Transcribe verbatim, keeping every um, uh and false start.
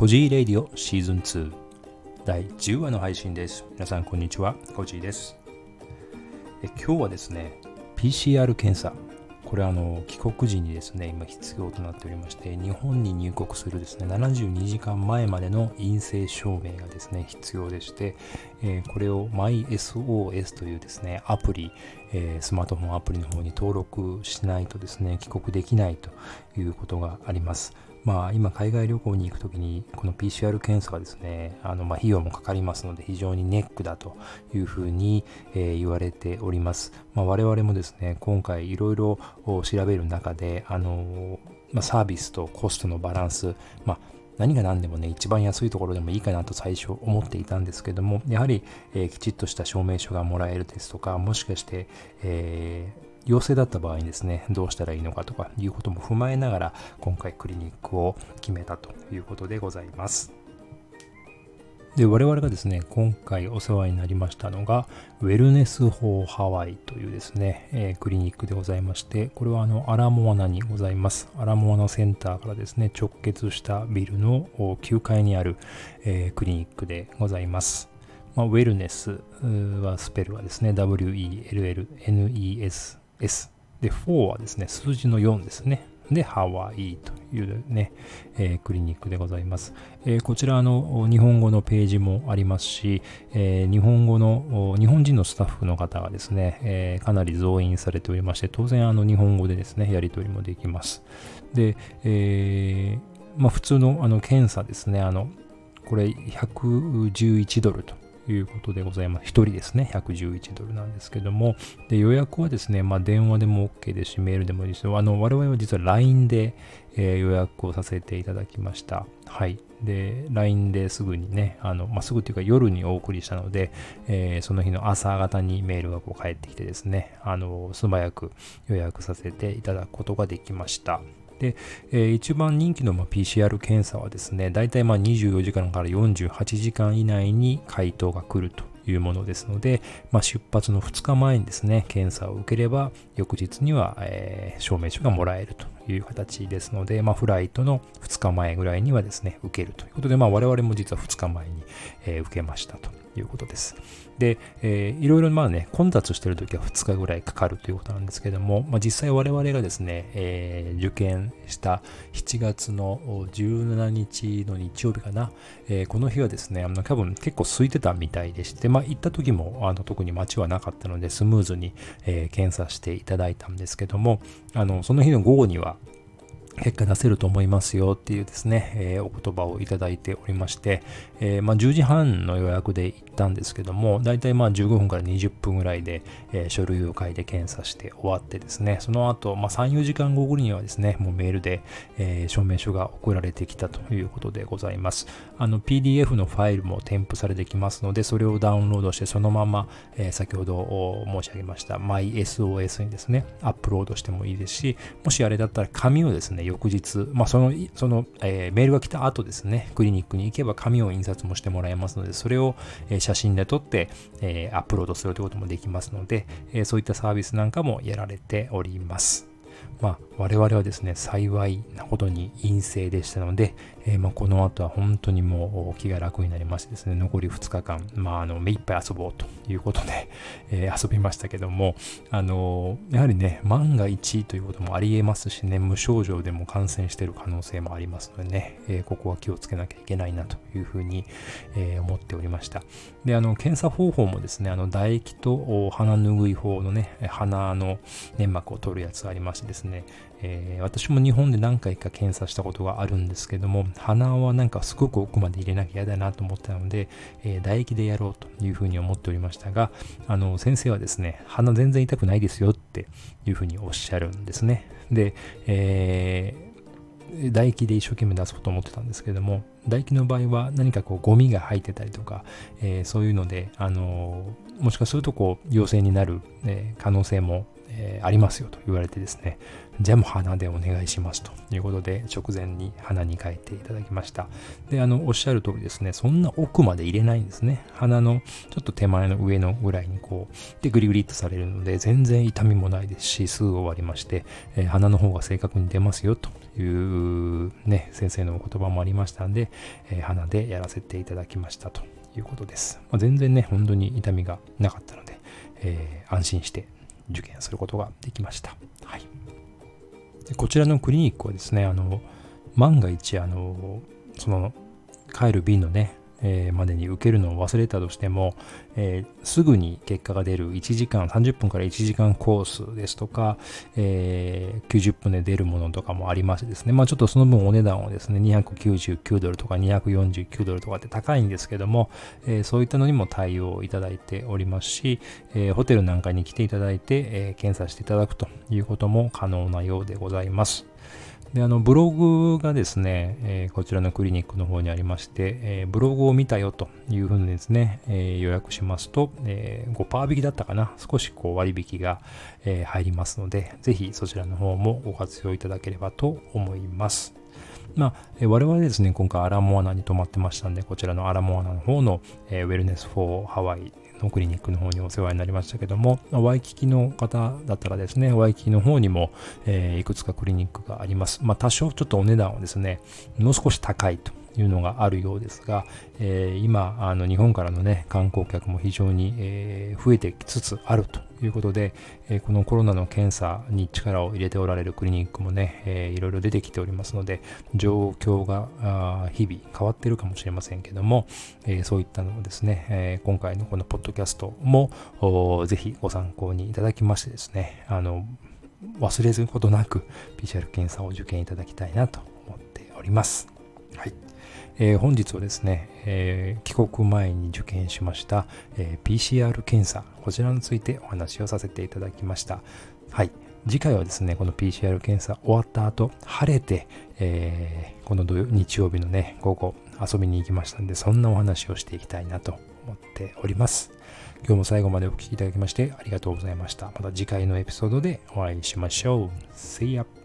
コジーレディオシーズンツーだいじゅうわの配信です。皆さんこんにちは、コジーです。え今日はですね ピーシーアール 検査、これはあの帰国時にですね今必要となっておりまして、日本に入国するですねななじゅうにじかんまえまでの陰性証明がですね必要でして、えー、これを マイエスオーエス というですねアプリ、えー、スマートフォンアプリの方に登録しないとですね帰国できないということがあります。まあ今海外旅行に行くときにこの ピーシーアール 検査はですねあのまあ費用もかかりますので非常にネックだというふうに、えー、言われております。まあ、我々もですね今回いろいろ調べる中であの、まあ、サービスとコストのバランス、まあ何が何でもね一番安いところでもいいかなと最初思っていたんですけども、やはり、えー、きちっとした証明書がもらえるですとか、もしかして、えー陽性だった場合にですねどうしたらいいのかとかいうことも踏まえながら今回クリニックを決めたということでございます。で我々がですね今回お世話になりましたのがウェルネスフォーハワイというですね、えー、クリニックでございまして、これはあのアラモアナにございます。アラモアナセンターからですね直結したビルのきゅうかいにある、えー、クリニックでございます。まあ、ウェルネスはスペルはですね ダブリューイーエルエルエヌイーエスS でフォーはですね数字のよんですね。でハワイというね、えー、クリニックでございます。えー、こちらの日本語のページもありますし、えー、日本語の日本人のスタッフの方がですね、えー、かなり増員されておりまして、当然あの日本語でですねやり取りもできます。で、えー、まあ普通のあの検査ですね、あのこれひゃくじゅういちドルということでございます。ひとりですね、ひゃくじゅういちドルなんですけども、で予約はですね、まあ、電話でも OK ですし、メールでもいいですよ。あの我々は実は ライン で、えー、予約をさせていただきました。はい。で、ライン ですぐにね、あのまあ、すぐというか夜にお送りしたので、えー、その日の朝方にメールがこう返ってきてですね、あの素早く予約させていただくことができました。で、えー、一番人気の、まあ、ピーシーアール 検査はですね、だいたいまあにじゅうよじかんからよんじゅうはちじかん以内に回答が来るというものですので、まあ、出発のふつかまえにですね、検査を受ければ、翌日には、えー、証明書がもらえるという形ですので、まあ、フライトのふつかまえぐらいにはですね、受けるということで、まあ、我々も実はふつかまえに、えー、受けましたということです。で、えー、いろいろまあね、混雑しているときはふつかぐらいかかるということなんですけども、まあ、実際我々がですね、えー、受験したしちがつのじゅうしちにちの日曜日かな、えー、この日はですね、あの多分結構空いてたみたいでして、まあ、行った時もあの特に待ちはなかったのでスムーズに、えー、検査していただいたんですけども、あのその日の午後には結果出せると思いますよっていうですね、えー、お言葉をいただいておりまして、えーまあ、じゅうじはんの予約で行ったんですけども、だいたいまあじゅうごふんからにじゅっぷんぐらいで、えー、書類を書いて検査して終わってですね、その後、まあ、さん、よじかんごにはですね、もうメールで、えー、証明書が送られてきたということでございます。あの ピーディーエフ のファイルも添付されてきますので、それをダウンロードしてそのまま、えー、先ほど申し上げました マイエスオーエス にですね、アップロードしてもいいですし、もしあれだったら紙をですね、翌日、まあ、その、その、えー、メールが来た後ですね、クリニックに行けば紙を印刷もしてもらえますので、それを、えー、写真で撮って、えー、アップロードするということもできますので、えー、そういったサービスなんかもやられております。まあ、我々はですね、幸いなことに陰性でしたので、えーまあ、この後は本当にもう気が楽になりましてですね、残りふつかかん、まあ、あの目いっぱい遊ぼうということで、えー、遊びましたけども、あのー、やはりね、万が一ということもありえますしね、無症状でも感染している可能性もありますのでね、えー、ここは気をつけなきゃいけないなというふうに、えー、思っておりました。で、あの検査方法もですね、あの唾液と鼻ぬぐい法のね、鼻の粘膜を取るやつがありましてですね、えー、私も日本で何回か検査したことがあるんですけども、鼻はなんかすごく奥まで入れなきゃ嫌だなと思ったので、えー、唾液でやろうというふうに思っておりましたが、あの先生はですね、鼻全然痛くないですよっていうふうにおっしゃるんですね。で、えー、唾液で一生懸命出そうと思ってたんですけども、唾液の場合は何かこうゴミが入ってたりとか、えー、そういうので、あのー、もしかするとこう陽性になる、えー、可能性もえー、ありますよと言われてですね、じゃあもう鼻でお願いしますということで、直前に鼻に変えていただきました。で、あの、おっしゃる通りですね、そんな奥まで入れないんですね。鼻のちょっと手前の上のぐらいにこう、で、グリグリっとされるので、全然痛みもないですし、すぐ終わりまして、えー、鼻の方が正確に出ますよというね、先生のお言葉もありましたんで、えー、鼻でやらせていただきましたということです。まあ、全然ね、本当に痛みがなかったので、えー、安心して受験することができました。はい。でこちらのクリニックはですね、あの万が一あのその帰る便のね、えー、までに受けるのを忘れたとしても、えー、すぐに結果が出るいちじかんさんじゅっぷんからいちじかんコースですとか、えー、きゅうじゅっぷんで出るものとかもありましてですね、まあちょっとその分お値段はですねにひゃくきゅうじゅうきゅうドルとかにひゃくよんじゅうきゅうドルとかって高いんですけども、えー、そういったのにも対応いただいておりますし、えー、ホテルなんかに来ていただいて、えー、検査していただくということも可能なようでございます。であのブログがですね、えー、こちらのクリニックの方にありまして、えー、ブログを見たよというふうにですね、えー、予約しますと、えー、ごパーセント引きだったかな、少しこう割引が、えー、入りますので、ぜひそちらの方もご活用いただければと思います。まあ、えー、我々ですね、今回アラモアナに泊まってましたんで、こちらのアラモアナの方の、えー、ウェルネスフォーハワイのクリニックの方にお世話になりましたけども、ワイキキの方だったらですね、ワイキキの方にも、えー、いくつかクリニックがあります。まあ多少ちょっとお値段はですね、もう少し高いというのがあるようですが、えー、今あの日本からのね観光客も非常に、えー、増えてきつつあるということで、えー、このコロナの検査に力を入れておられるクリニックもね、えー、いろいろ出てきておりますので、状況が日々変わっているかもしれませんけども、えー、そういったのをですね、えー、今回のこのポッドキャストもぜひご参考にいただきましてですね、あの忘れずことなく ピーシーアール 検査を受験いただきたいなと思っております。はい。えー、本日はですね、えー、帰国前に受験しました、えー、ピーシーアール 検査、こちらについてお話をさせていただきました。はい。次回はですね、この ピーシーアール 検査終わった後、晴れて、えー、この土曜日曜日のね、午後遊びに行きましたんで、そんなお話をしていきたいなと思っております。今日も最後までお聞きいただきましてありがとうございました。また次回のエピソードでお会いしましょう。See ya!